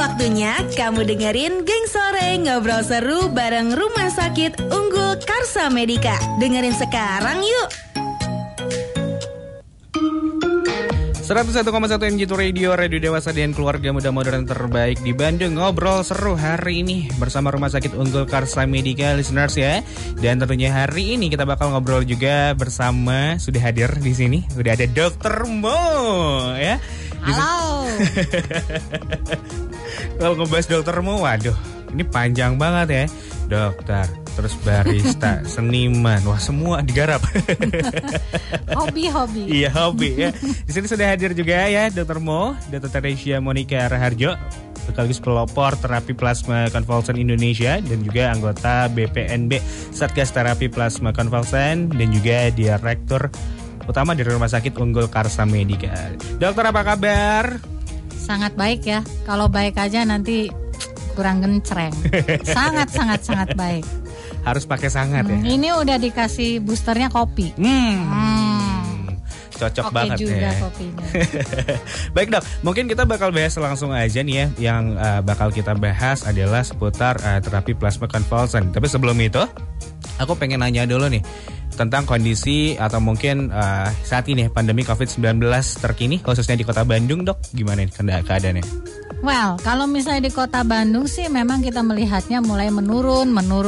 Waktunya kamu dengerin Geng Sore ngobrol seru bareng Rumah Sakit Unggul Karsa Medika. Dengerin sekarang yuk. 101,1 NG2 Radio dewasa dan keluarga muda modern terbaik di Bandung. Ngobrol seru hari ini bersama Rumah Sakit Unggul Karsa Medika, listeners ya. Dan tentunya hari ini kita bakal ngobrol juga bersama, sudah hadir di sini, udah ada Dokter Mo ya. Halo. Kalau ngebahas Dokter Mo, waduh, ini panjang banget ya. Dokter, terus barista, seniman, wah semua digarap. Hobi. Iya, hobi ya. Di sini sudah hadir juga ya Dokter Mo, Dr. Teresia Monica Raharjo, sekaligus pelopor terapi plasma konvalesen Indonesia dan juga anggota BPNB Satgas Terapi Plasma Konvalesen dan juga Direktur Utama dari Rumah Sakit Unggul Karsa Medika. Dokter, apa kabar? Sangat baik ya. Kalau baik aja nanti kurang gencreng. Sangat baik. Harus pakai sangat ya. Ini udah dikasih boosternya kopi. Cocok oke banget juga ya. Kopinya. Baik dok, mungkin kita bakal bahas langsung aja nih ya. Yang bakal kita bahas adalah seputar terapi plasma konvalesen. Tapi sebelum itu, aku pengen nanya dulu nih tentang kondisi atau mungkin saat ini pandemi COVID-19 terkini khususnya di Kota Bandung, dok. Gimana nih keadaannya? Well, kalau misalnya di Kota Bandung sih memang kita melihatnya mulai menurun.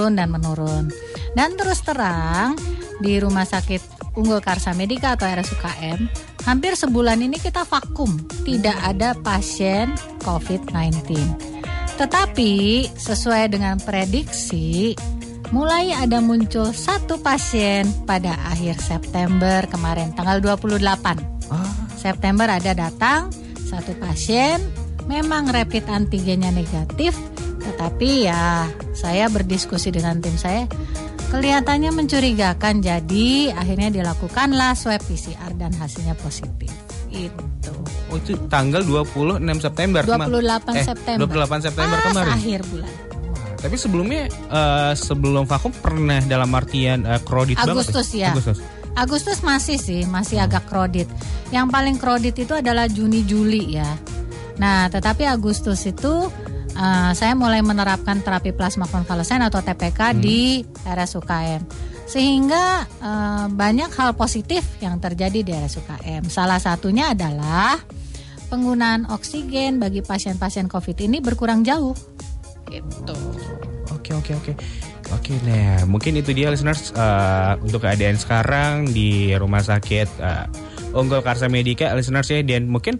Dan terus terang di Rumah Sakit Unggul Karsa Medika atau RSUKM, hampir sebulan ini kita vakum, tidak ada pasien COVID-19. Tetapi sesuai dengan prediksi, mulai ada muncul satu pasien pada akhir September kemarin, tanggal 28 September ada datang satu pasien. Memang rapid antigennya negatif, tetapi ya saya berdiskusi dengan tim saya, kelihatannya mencurigakan, jadi akhirnya dilakukanlah swab PCR dan hasilnya positif. Itu. Oh, itu tanggal 26 September 28 September. 28 September kemarin. Akhir bulan. Wah, tapi sebelumnya sebelum vakum pernah dalam artian kredit Agustus banget ya? Agustus masih agak kredit. Yang paling kredit itu adalah Juni Juli ya. Nah, tetapi Agustus itu saya mulai menerapkan terapi plasma konvalesen atau TPK di RSUKM. Sehingga banyak hal positif yang terjadi di RSUKM. Salah satunya adalah penggunaan oksigen bagi pasien-pasien COVID ini berkurang jauh. Gitu. Oke. Oke, nah mungkin itu dia listeners untuk keadaan sekarang di Rumah Sakit Unggul Karsa Medika, listeners ya. Dan mungkin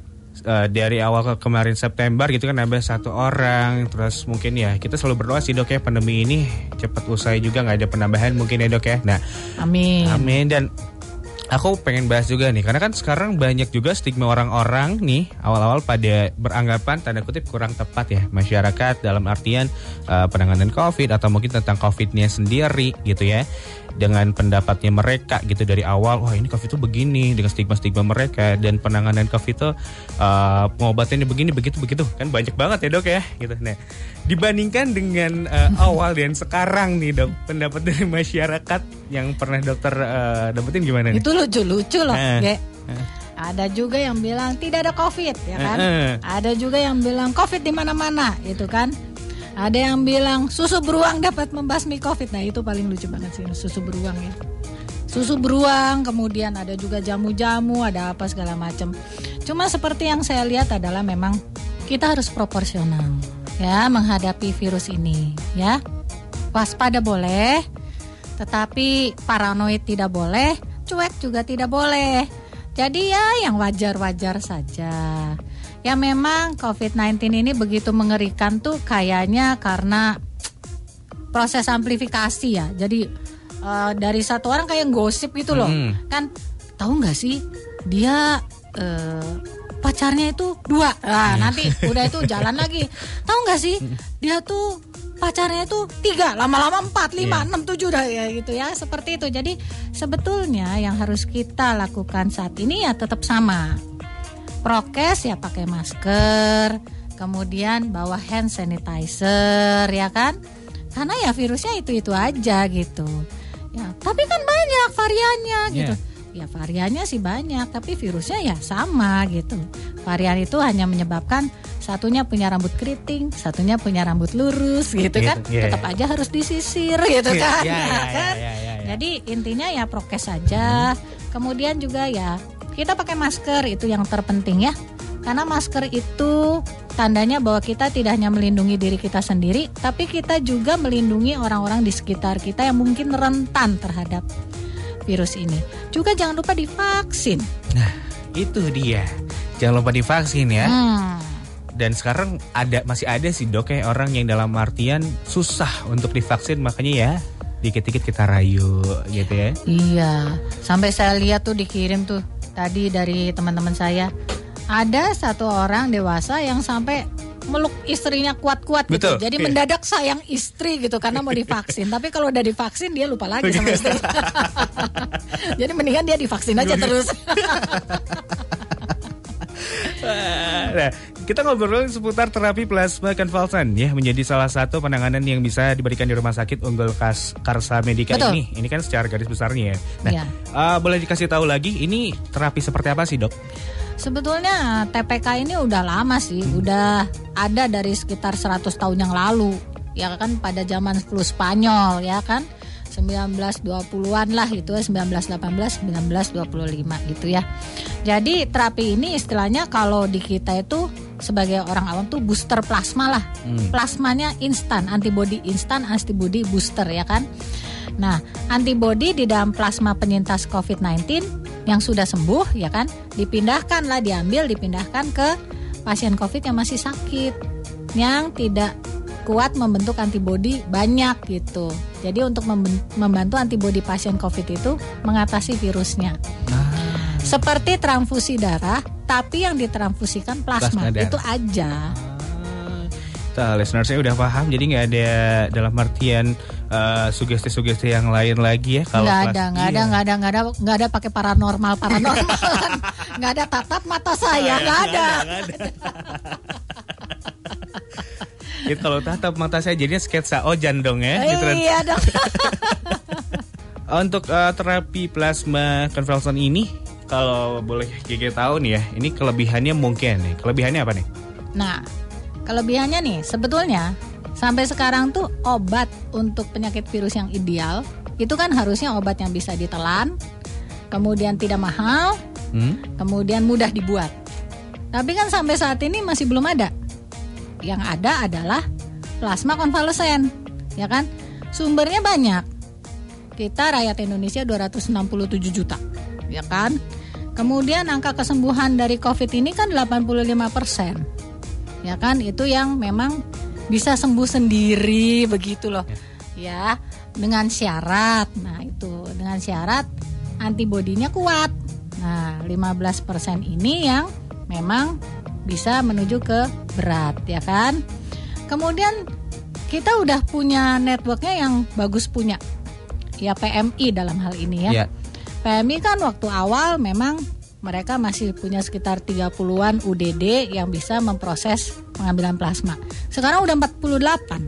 dari awal kemarin September gitu kan nambah satu orang. Terus mungkin ya kita selalu berdoa sih dok ya, pandemi ini cepat usai juga, gak ada penambahan mungkin ya dok ya. Nah Amin. Dan aku pengen bahas juga nih, karena kan sekarang banyak juga stigma orang-orang nih awal-awal pada beranggapan tanda kutip kurang tepat ya masyarakat dalam artian penanganan COVID atau mungkin tentang COVID-nya sendiri gitu ya. Dengan pendapatnya mereka gitu dari awal, wah ini COVID itu begini, dengan stigma-stigma mereka, dan penanganan COVID itu pengobatannya begini, begitu kan banyak banget ya dok ya gitu. Nah dibandingkan dengan awal dan sekarang nih dok, pendapat dari masyarakat yang pernah dokter dapetin gimana nih? Itu lucu loh Ada juga yang bilang tidak ada COVID ya kan. Ada juga yang bilang COVID di mana-mana gitu kan. Ada yang bilang susu beruang dapat membasmi COVID. Nah itu paling lucu banget sih, susu beruang ya. Susu beruang, kemudian ada juga jamu-jamu, ada apa segala macam. Cuma seperti yang saya lihat adalah memang kita harus proporsional ya menghadapi virus ini ya. Waspada boleh, tetapi paranoid tidak boleh, cuek juga tidak boleh. Jadi ya yang wajar-wajar saja. Ya memang COVID-19 ini begitu mengerikan tuh kayaknya karena proses amplifikasi ya. Jadi dari satu orang kayak gosip gitu loh. Kan tahu nggak sih dia pacarnya itu 2. Nah nanti udah itu jalan lagi. Tahu nggak sih dia tuh pacarnya itu 3, lama-lama 4, 5, 6, 7 dah ya gitu ya. Seperti itu. Jadi sebetulnya yang harus kita lakukan saat ini ya tetap sama. Prokes ya pakai masker, kemudian bawa hand sanitizer ya kan, karena ya virusnya itu aja gitu ya. Tapi kan banyak variannya gitu ya, variannya sih banyak tapi virusnya ya sama gitu. varian itu hanya menyebabkan satunya punya rambut keriting, satunya punya rambut lurus gitu kan. Tetap aja harus disisir gitu kan. Jadi intinya ya prokes saja. Kemudian juga ya kita pakai masker, itu yang terpenting ya. Karena masker itu tandanya bahwa kita tidak hanya melindungi diri kita sendiri, tapi kita juga melindungi orang-orang di sekitar kita yang mungkin rentan terhadap virus ini. Juga jangan lupa divaksin. Nah, itu dia. Jangan lupa divaksin ya. Dan sekarang masih ada sih dok ya orang yang dalam artian susah untuk divaksin, makanya ya dikit-dikit kita rayu gitu ya. Iya, sampai saya lihat tuh dikirim tuh tadi dari teman-teman saya, ada satu orang dewasa yang sampai meluk istrinya kuat-kuat gitu. Jadi mendadak sayang istri gitu karena mau divaksin. Tapi kalau udah divaksin dia lupa lagi sama istri. Jadi mendingan dia divaksin aja terus. Nah, kita ngobrol seputar terapi plasma konvalesen ya, menjadi salah satu penanganan yang bisa diberikan di Rumah Sakit Unggul Karsa Medika ini. Ini kan secara garis besarnya ya. Nah, boleh dikasih tahu lagi ini terapi seperti apa sih dok? Sebetulnya TPK ini udah lama sih, udah ada dari sekitar 100 tahun yang lalu. Ya kan pada zaman flu Spanyol ya kan. 1920-an lah itu 1918, 1925 gitu ya. Jadi terapi ini istilahnya kalau di kita itu sebagai orang awam tuh booster plasma lah. Plasmanya instan, antibody instan, antibody booster ya kan. Nah, antibody di dalam plasma penyintas COVID-19 yang sudah sembuh ya kan, dipindahkan ke pasien COVID yang masih sakit, yang tidak kuat membentuk antibody banyak gitu. Jadi untuk membantu antibody pasien COVID itu mengatasi virusnya. Seperti transfusi darah, tapi yang ditransfusikan plasma itu aja. Listener saya udah paham, jadi nggak ada dalam artian sugesti-sugesti yang lain lagi ya. Nggak ada pakai paranormal, nggak ada tatap mata saya, nggak ada. Itu kalau tatap mata saya jadinya sketsa Ojan dong ya. Iya dong. Untuk terapi plasma konvalesen ini, kalau boleh Gigi tahu nih ya, ini kelebihannya mungkin nih. Kelebihannya apa nih? Nah, kelebihannya nih sebetulnya sampai sekarang tuh obat untuk penyakit virus yang ideal itu kan harusnya obat yang bisa ditelan, kemudian tidak mahal, kemudian mudah dibuat. Tapi kan sampai saat ini masih belum ada. Yang ada adalah plasma konvalesen, ya kan? Sumbernya banyak. Kita rakyat Indonesia 267 juta, ya kan? Kemudian angka kesembuhan dari COVID ini kan 85%. Ya kan? Itu yang memang bisa sembuh sendiri begitu loh. Ya, dengan syarat. Nah, itu dengan syarat antibodinya kuat. Nah, 15% ini yang memang bisa menuju ke berat, ya kan? Kemudian kita udah punya networknya yang bagus punya, ya PMI dalam hal ini ya. PMI kan waktu awal memang mereka masih punya sekitar 30-an UDD yang bisa memproses pengambilan plasma. Sekarang udah 48.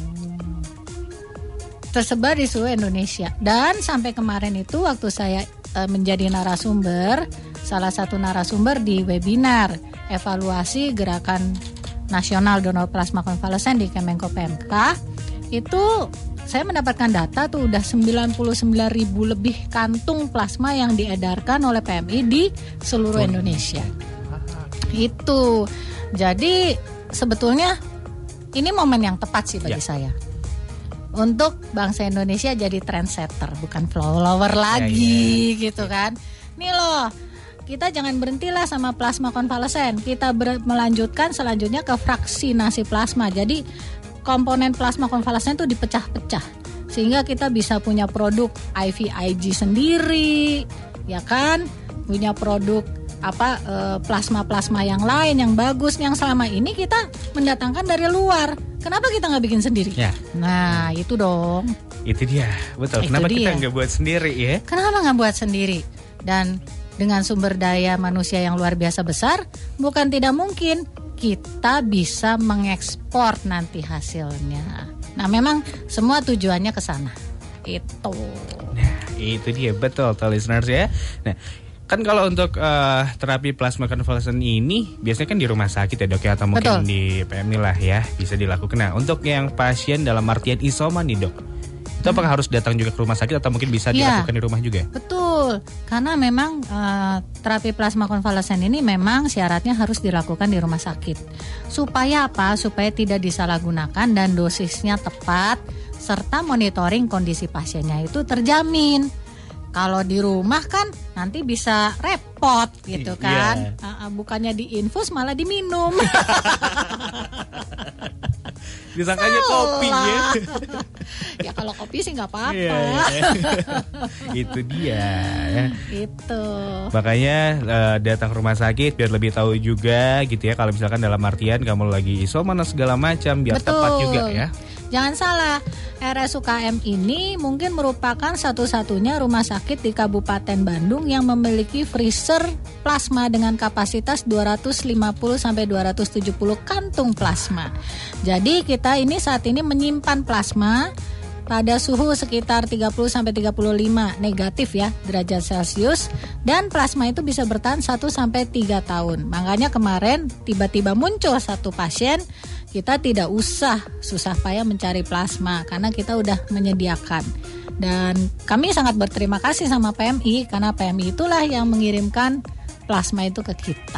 Tersebar di seluruh Indonesia. Dan sampai kemarin itu waktu saya menjadi narasumber, salah satu narasumber di webinar evaluasi gerakan nasional donor plasma konvalesen di Kemenko PMK, itu saya mendapatkan data tuh udah 99.000 lebih kantung plasma yang diedarkan oleh PMI di seluruh Indonesia. Itu. Jadi sebetulnya ini momen yang tepat sih bagi saya. Untuk bangsa Indonesia jadi trendsetter, bukan follower lagi gitu kan. Nih loh, kita jangan berhentilah sama plasma konvalesen. Kita melanjutkan selanjutnya ke fraksinasi plasma. Jadi komponen plasma konvalesen itu dipecah-pecah sehingga kita bisa punya produk IVIG sendiri, ya kan? Punya produk plasma-plasma yang lain yang bagus yang selama ini kita mendatangkan dari luar. Kenapa kita nggak bikin sendiri? Ya. Nah, itu dong. Itu dia, betul. Kenapa kita nggak buat sendiri ya? Kenapa nggak buat sendiri? Dan dengan sumber daya manusia yang luar biasa besar, bukan tidak mungkin kita bisa mengekspor nanti hasilnya. Nah, memang semua tujuannya ke sana. Itu. Nah, itu dia, betul, listeners ya. Nah, Kan kalau untuk terapi plasma konvalesen ini biasanya kan di rumah sakit ya dok ya, atau mungkin di PMI lah ya bisa dilakukan. Nah untuk yang pasien dalam artian isoman nih dok, itu apakah harus datang juga ke rumah sakit atau mungkin bisa dilakukan di rumah juga? Betul, karena memang terapi plasma konvalesen ini memang syaratnya harus dilakukan di rumah sakit. Supaya apa? Supaya tidak disalahgunakan dan dosisnya tepat serta monitoring kondisi pasiennya itu terjamin. Kalau di rumah kan nanti bisa repot gitu kan. Bukannya diinfus malah diminum. Disangkanya kopi ya. Ya kalau kopi sih nggak apa-apa. Itu dia. Itu. Makanya datang ke rumah sakit biar lebih tahu juga gitu ya. Kalau misalkan dalam artian kamu lagi isoman segala macam biar tepat juga ya. Jangan salah, RSUKM ini mungkin merupakan satu-satunya rumah sakit di Kabupaten Bandung yang memiliki freezer plasma dengan kapasitas 250-270 kantung plasma. Jadi kita ini saat ini menyimpan plasma pada suhu sekitar 30-35 negatif ya derajat Celcius, dan plasma itu bisa bertahan 1-3 tahun. Makanya kemarin tiba-tiba muncul satu pasien, kita tidak usah susah payah mencari plasma karena kita udah menyediakan. Dan kami sangat berterima kasih sama PMI karena PMI itulah yang mengirimkan plasma itu ke kita.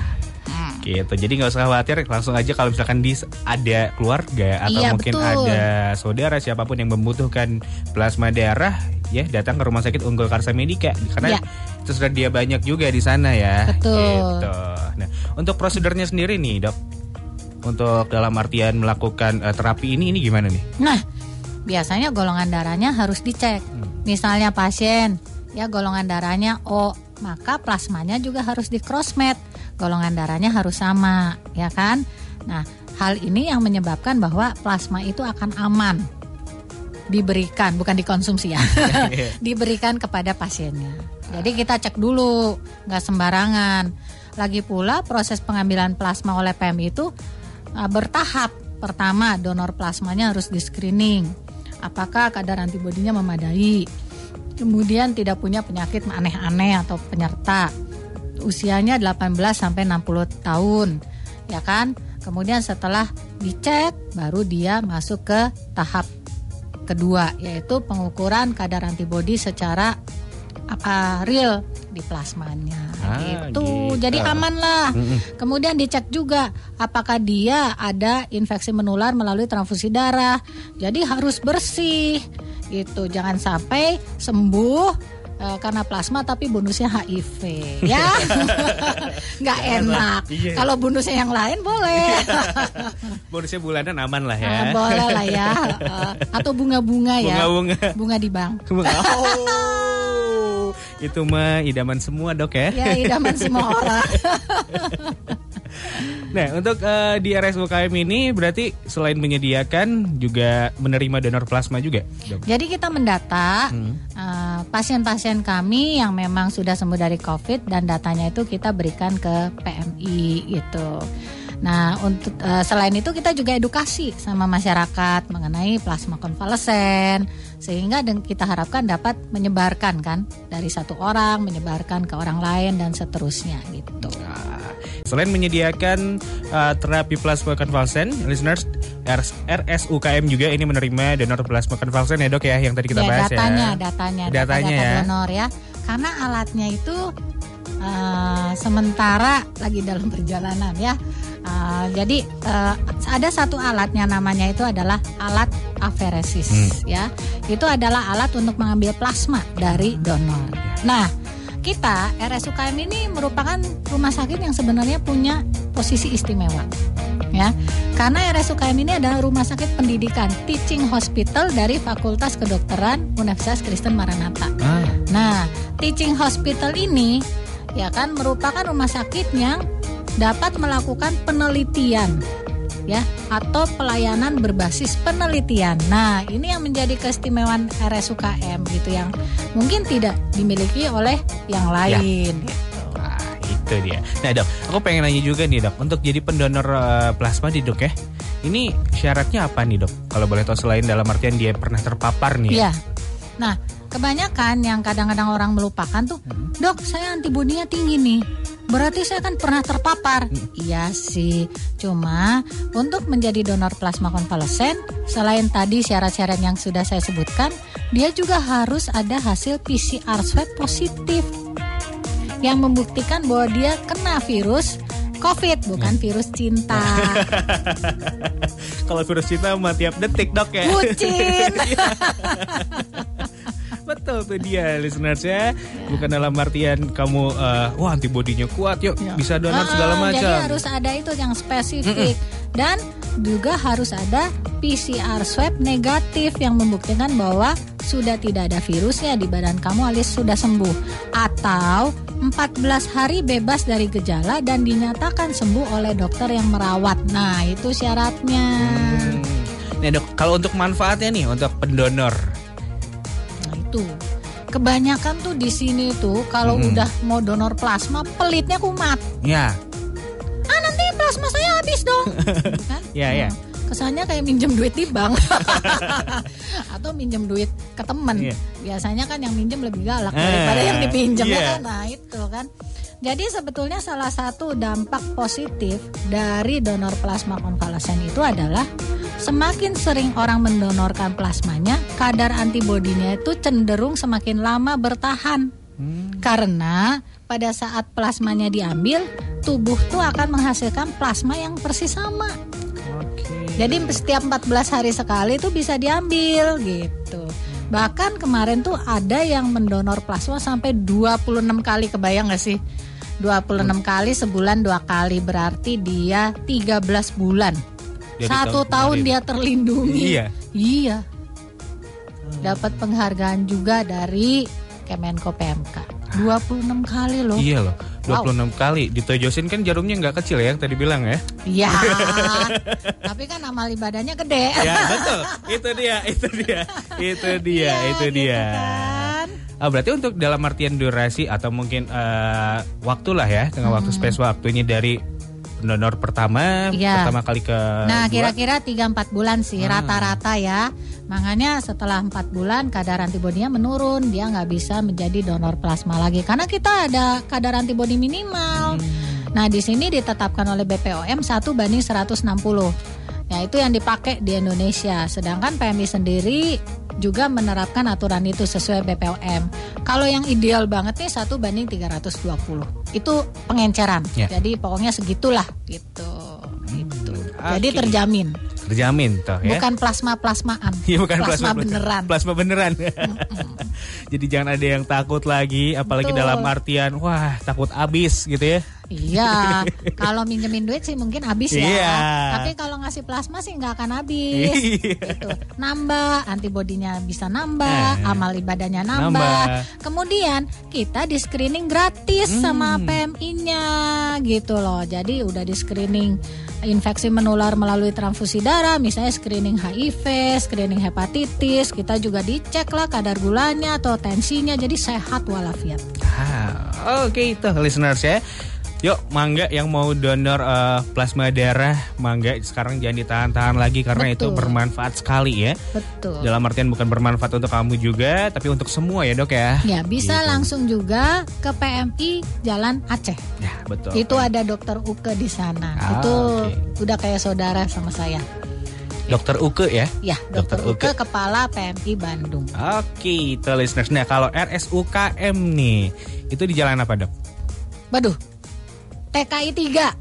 Gitu, jadi nggak usah khawatir, langsung aja kalau misalkan ada keluarga atau mungkin ada saudara siapapun yang membutuhkan plasma darah, ya datang ke Rumah Sakit Unggul Karsa Medika karena itu sudah dia banyak juga di sana ya. Betul. Gitu. Nah, untuk prosedurnya sendiri nih dok, untuk dalam artian melakukan terapi ini gimana nih? Nah, biasanya golongan darahnya harus dicek. Misalnya pasien ya golongan darahnya O, maka plasmanya juga harus di crossmatch. Golongan darahnya harus sama, ya kan? Nah, hal ini yang menyebabkan bahwa plasma itu akan aman diberikan, bukan dikonsumsi ya, diberikan kepada pasiennya. Jadi kita cek dulu, nggak sembarangan. Lagi pula proses pengambilan plasma oleh PMI itu bertahap. Pertama, donor plasmanya harus di screening. Apakah kadar antibodinya memadai? Kemudian tidak punya penyakit aneh-aneh atau penyerta. Usianya 18-60 tahun, ya kan? Kemudian setelah dicek, baru dia masuk ke tahap kedua, yaitu pengukuran kadar antibodi secara real di plasmanya. Gitu. Jadi aman lah. Kemudian dicek juga apakah dia ada infeksi menular melalui transfusi darah. Jadi harus bersih. Gitu. Jangan sampai sembuh karena plasma tapi bonusnya HIV ya. Nggak enak. Kalau bonusnya yang lain boleh. Bonusnya bulanan aman lah ya. Boleh lah ya. Atau bunga-bunga ya. Bunga di bank. Itu mah idaman semua dok ya. Ya idaman semua orang. Nah untuk di RSUKM ini berarti selain menyediakan juga menerima donor plasma juga dok? Jadi kita mendata pasien-pasien kami yang memang sudah sembuh dari COVID dan datanya itu kita berikan ke PMI gitu. Nah, untuk selain itu kita juga edukasi sama masyarakat mengenai plasma konvalesen sehingga kita harapkan dapat menyebarkan kan dari satu orang menyebarkan ke orang lain dan seterusnya gitu. Selain menyediakan terapi plasma konvalesen, listeners RSUKM juga ini menerima donor plasma konvalesen ya dok ya yang tadi kita bahas datanya ya. Donor ya. Karena alatnya itu sementara lagi dalam perjalanan ya. Jadi ada satu alatnya namanya itu adalah alat aferesis ya. Itu adalah alat untuk mengambil plasma dari donor. Nah, kita RSUKM ini merupakan rumah sakit yang sebenarnya punya posisi istimewa ya. Karena RSUKM ini adalah rumah sakit pendidikan teaching hospital dari Fakultas Kedokteran Universitas Kristen Maranatha. Nah, teaching hospital ini ya kan merupakan rumah sakit yang dapat melakukan penelitian ya atau pelayanan berbasis penelitian. Nah, ini yang menjadi keistimewaan RSUKM gitu yang mungkin tidak dimiliki oleh yang lain gitu. Itu dia. Nah dok, aku pengen nanya juga nih dok, untuk jadi pendonor plasma nih dok ya, ini syaratnya apa nih dok? Kalau boleh tahu selain dalam artian dia pernah terpapar nih. Iya. Nah, kebanyakan yang kadang-kadang orang melupakan tuh, dok saya antibodinya tinggi nih, berarti saya kan pernah terpapar. Iya sih, cuma untuk menjadi donor plasma konvalesen, selain tadi syarat-syarat yang sudah saya sebutkan, dia juga harus ada hasil PCR swab positif yang membuktikan bahwa dia kena virus COVID, bukan virus cinta. Kalau virus cinta mah tiap detik dok ya. Bucin. Betul tuh dia listeners ya. Bukan dalam artian kamu wah antibodinya kuat yuk bisa donor segala macam. Jadi harus ada itu yang spesifik. Dan juga harus ada PCR swab negatif yang membuktikan bahwa sudah tidak ada virusnya di badan kamu alias sudah sembuh. Atau 14 hari bebas dari gejala dan dinyatakan sembuh oleh dokter yang merawat. Nah itu syaratnya. Nih dok, kalau untuk manfaatnya nih untuk pendonor. Kebanyakan tuh di sini tuh kalau udah mau donor plasma pelitnya kumat. Ya. Nanti plasma saya habis dong. Kan? Ya. Kesannya kayak minjem duit di bank atau minjem duit ke temen. Biasanya kan yang minjem lebih galak daripada yang dipinjam ya kan. Nah itu kan. Jadi sebetulnya salah satu dampak positif dari donor plasma konvalesen itu adalah semakin sering orang mendonorkan plasmanya, kadar antibodinya itu cenderung semakin lama bertahan. Karena pada saat plasmanya diambil, tubuh tuh akan menghasilkan plasma yang persis sama. Jadi setiap 14 hari sekali itu bisa diambil gitu. Bahkan kemarin tuh ada yang mendonor plasma sampai 26 kali, kebayang gak sih? 26 kali sebulan 2 kali, berarti dia 13 bulan. Jadi 1 tahun dia terlindungi. Iya. Dapat penghargaan juga dari Kemenko PMK. 26 kali loh. Iya loh. 26 kali. Ditojosin kan jarumnya nggak kecil ya yang tadi bilang ya. Iya. Tapi kan amal ibadahnya gede. Ya betul. Itu dia. Ya, itu dia. Kan? Berarti untuk dalam artian durasi atau mungkin waktu lah ya, dengan waktu space waktunya dari pendonor pertama kali ke Nah kira-kira 3-4 bulan sih rata-rata ya. Makanya setelah 4 bulan kadar antibodinya menurun, dia nggak bisa menjadi donor plasma lagi karena kita ada kadar antibodi minimal. Nah di sini ditetapkan oleh BPOM 1:160. Nah itu yang dipakai di Indonesia. Sedangkan PMI sendiri juga menerapkan aturan itu sesuai BPOM. Kalau yang ideal banget nih 1:320. Itu pengenceran. Jadi pokoknya segitulah gitu. Jadi terjamin toh ya. Bukan plasma-plasmaan. Iya, bukan plasma beneran. Plasma beneran. Jadi jangan ada yang takut lagi, apalagi dalam artian wah takut habis gitu ya. Iya, kalau minjemin duit sih mungkin habis ya. Tapi kalau ngasih plasma sih nggak akan habis. Gitu. Nambah, antibodinya bisa nambah, amal ibadahnya nambah. Kemudian kita di screening gratis sama PMI-nya gitu loh. Jadi udah di screening infeksi menular melalui transfusi darah, misalnya screening HIV, screening hepatitis, kita juga dicek lah kadar gulanya atau tensinya, jadi sehat walafiat. Oke, itu listeners ya. Yuk, mangga yang mau donor plasma darah, mangga sekarang jangan ditahan-tahan lagi karena itu bermanfaat sekali ya. Betul. Dalam artian bukan bermanfaat untuk kamu juga, tapi untuk semua ya dok ya. Ya bisa gitu. Langsung juga ke PMI Jalan Aceh. Ya betul. Itu ada Dokter Uke di sana. Itu udah kayak saudara sama saya. Dokter Uke ya? Ya, Dokter Uke Kepala PMI Bandung. Oke, itu listeners. Nah kalau RSUKM nih, itu di jalan apa dok? Waduh. TKI 3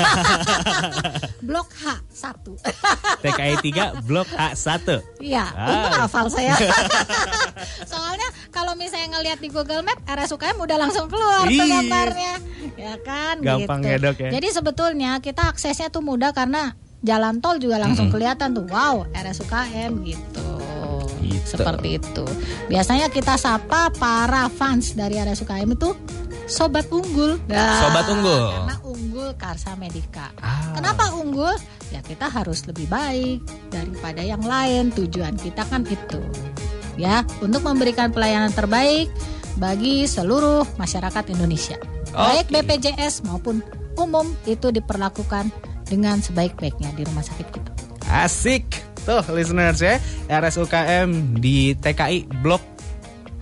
Blok H1 TKI 3 Blok H1. Iya, untung hafal saya. Soalnya kalau misalnya ngelihat di Google Map RSUKM udah langsung keluar tuh gambarnya. Ya kan gampang gitu. Ya dok ya. Jadi sebetulnya kita aksesnya tuh mudah karena jalan tol juga langsung kelihatan tuh. Wow, RSUKM gitu. Seperti itu. Biasanya kita sapa para fans dari RSUKM itu Sobat Unggul. Sobat Unggul. Karena unggul Karsa Medica. Kenapa unggul? Ya kita harus lebih baik daripada yang lain. Tujuan kita kan itu. Ya, untuk memberikan pelayanan terbaik bagi seluruh masyarakat Indonesia. Baik BPJS maupun umum itu diperlakukan dengan sebaik-baiknya di rumah sakit kita. Asik. Tuh listeners ya, RSUKM di TKI Blok H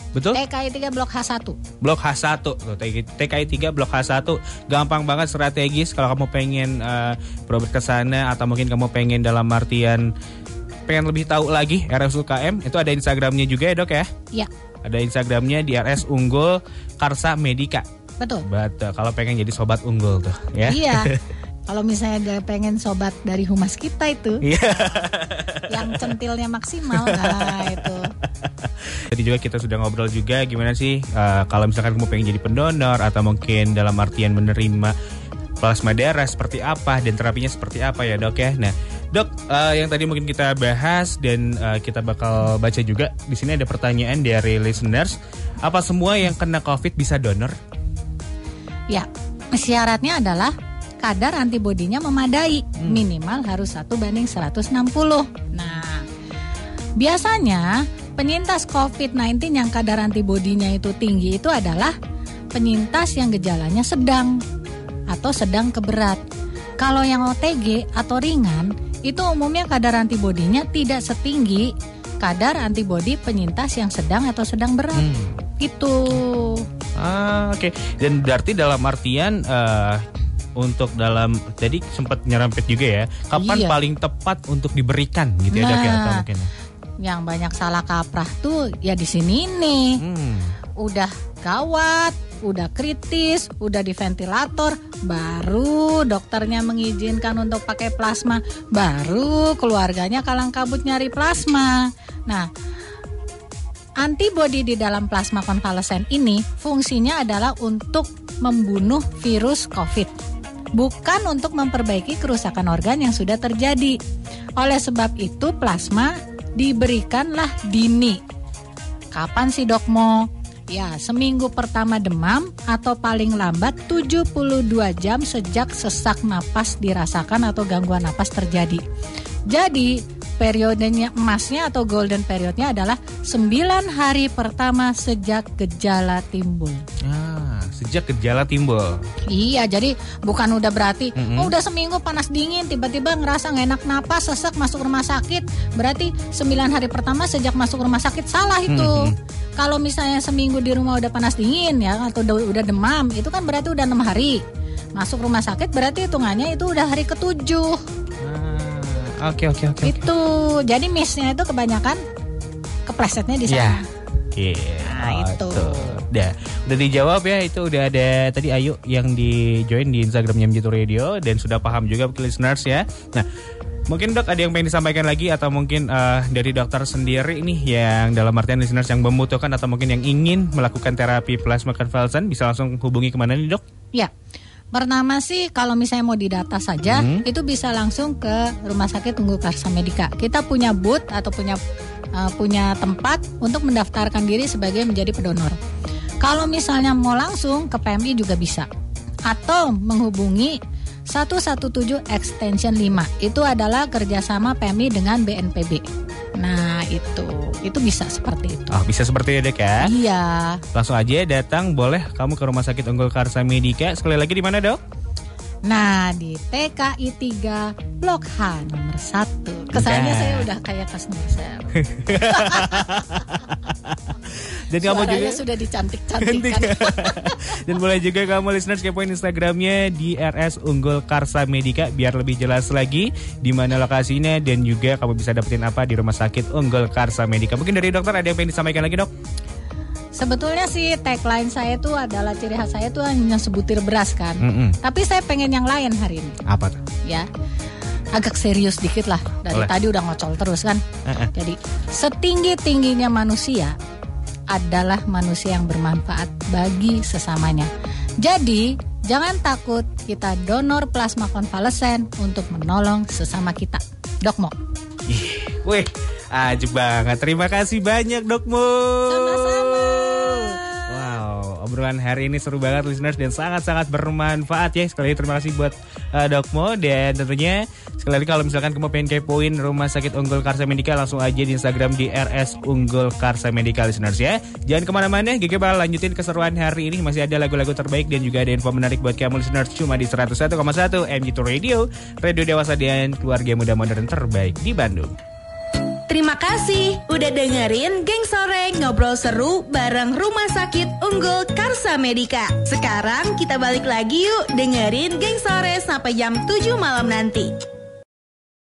Betul? TKI 3 Blok H1. Blok H1 tuh, TKI 3 Blok H1 gampang banget, strategis kalau kamu pengen berobat ke sana atau mungkin kamu pengen dalam artian pengen lebih tahu lagi RS UKM, itu ada Instagramnya juga ya dok ya? Iya. Ada Instagramnya di RS Unggul Karsa Medika. Betul. Kalau pengen jadi sobat unggul tuh ya. Iya. Kalau misalnya dia pengen sobat dari humas kita itu, yang centilnya maksimal, nah itu. Tadi juga kita sudah ngobrol juga gimana sih kalau misalkan kamu pengen jadi pendonor atau mungkin dalam artian menerima plasma darah seperti apa dan terapinya seperti apa ya dok ya. Nah dok, yang tadi mungkin kita bahas dan kita bakal baca juga di sini ada pertanyaan dari listeners. Apa semua yang kena COVID bisa donor? Ya, syaratnya adalah kadar antibodinya memadai, minimal harus 1:160. Nah, biasanya penyintas COVID-19 yang kadar antibodinya itu tinggi itu adalah penyintas yang gejalanya sedang atau sedang ke berat. Kalau yang OTG atau ringan, itu umumnya kadar antibodinya tidak setinggi kadar antibodi penyintas yang sedang atau sedang berat. Itu. Oke. Dan berarti dalam artian untuk dalam tadi sempat nyerampet juga ya. Kapan paling tepat untuk diberikan gitu ya dok ya atau mungkin? Yang banyak salah kaprah tuh ya di sini nih. Udah gawat, udah kritis, udah di ventilator, baru dokternya mengizinkan untuk pakai plasma, baru keluarganya kalang kabut nyari plasma. Nah, antibodi di dalam plasma konvalesen ini fungsinya adalah untuk membunuh virus COVID. Bukan untuk memperbaiki kerusakan organ yang sudah terjadi. Oleh sebab itu plasma diberikanlah dini. Kapan sih dok Mo? Ya, seminggu pertama demam atau paling lambat 72 jam sejak sesak napas dirasakan atau gangguan napas terjadi. Jadi periodenya emasnya atau golden periodnya adalah 9 hari pertama sejak gejala timbul. Sejak gejala timbul. Iya, jadi bukan udah berarti udah seminggu panas dingin tiba-tiba ngerasa gak enak napas, sesak masuk rumah sakit. Berarti 9 hari pertama sejak masuk rumah sakit, salah itu. Kalau misalnya seminggu di rumah udah panas dingin ya atau udah demam, itu kan berarti udah 6 hari. Masuk rumah sakit berarti hitungannya itu udah hari ke-7. Oke. Itu. Jadi miss-nya itu kebanyakan keplesetnya di sana. Nah, itu. Udah dijawab ya, itu udah ada tadi Ayu yang di join di Instagramnya Mjitu Radio dan sudah paham juga listeners ya. Nah, mungkin dok ada yang pengen disampaikan lagi atau mungkin dari dokter sendiri nih yang dalam artian listeners yang membutuhkan atau mungkin yang ingin melakukan terapi plasma konvalesen bisa langsung hubungi kemana nih dok? Ya. Pertama sih kalau misalnya mau didata saja itu bisa langsung ke Rumah Sakit Unggul Karsa Medika. Kita punya booth atau punya tempat untuk mendaftarkan diri sebagai menjadi pendonor. Kalau misalnya mau langsung ke PMI juga bisa. Atau menghubungi 117 extension 5. Itu adalah kerjasama PMI dengan BNPB. Nah itu bisa seperti itu. Oh, bisa seperti itu dek ya? Iya. Langsung aja datang, boleh kamu ke Rumah Sakit Unggul Karsa Medika. Sekali lagi di mana dok? Nah di TKI 3 Blok H nomor 1. Kesannya saya udah kayak customer service. Dan kamu juga sudah dicantik-cantikkan. Dan boleh juga kamu listeners kepoin Instagramnya di RS Unggul Karsa Medika biar lebih jelas lagi di mana lokasinya dan juga kamu bisa dapetin apa di Rumah Sakit Unggul Karsa Medika. Mungkin dari dokter ada yang pengen disampaikan lagi dok? Sebetulnya sih tagline saya itu adalah ciri khas saya itu hanya sebutir beras kan. Tapi saya pengen yang lain hari ini. Apa tuh? Ya. Agak serius dikit lah. Dari tadi udah ngocol terus kan. Jadi setinggi-tingginya manusia adalah manusia yang bermanfaat bagi sesamanya. Jadi jangan takut kita donor plasma konvalesen untuk menolong sesama kita. Dok Mo. Wih, ajib banget. Terima kasih banyak Dok Mo. Sama-sama. Wow, obrolan hari ini seru banget listeners dan sangat-sangat bermanfaat ya. Sekali lagi terima kasih buat Dok Mo. Dan tentunya sekali lagi kalau misalkan kamu pengen kepoin Rumah Sakit Unggul Karsa Medika langsung aja di Instagram di RS Unggul Karsa Medika listeners ya. Jangan kemana-mana, GG bakal lanjutin keseruan hari ini. Masih ada lagu-lagu terbaik dan juga ada info menarik buat kamu listeners cuma di 101,1 Mjitu Radio, radio dewasa dan keluarga muda modern terbaik di Bandung. Terima kasih udah dengerin Geng Sore ngobrol seru bareng Rumah Sakit Unggul Karsa Medika. Sekarang kita balik lagi yuk dengerin Geng Sore sampai jam 7 malam nanti.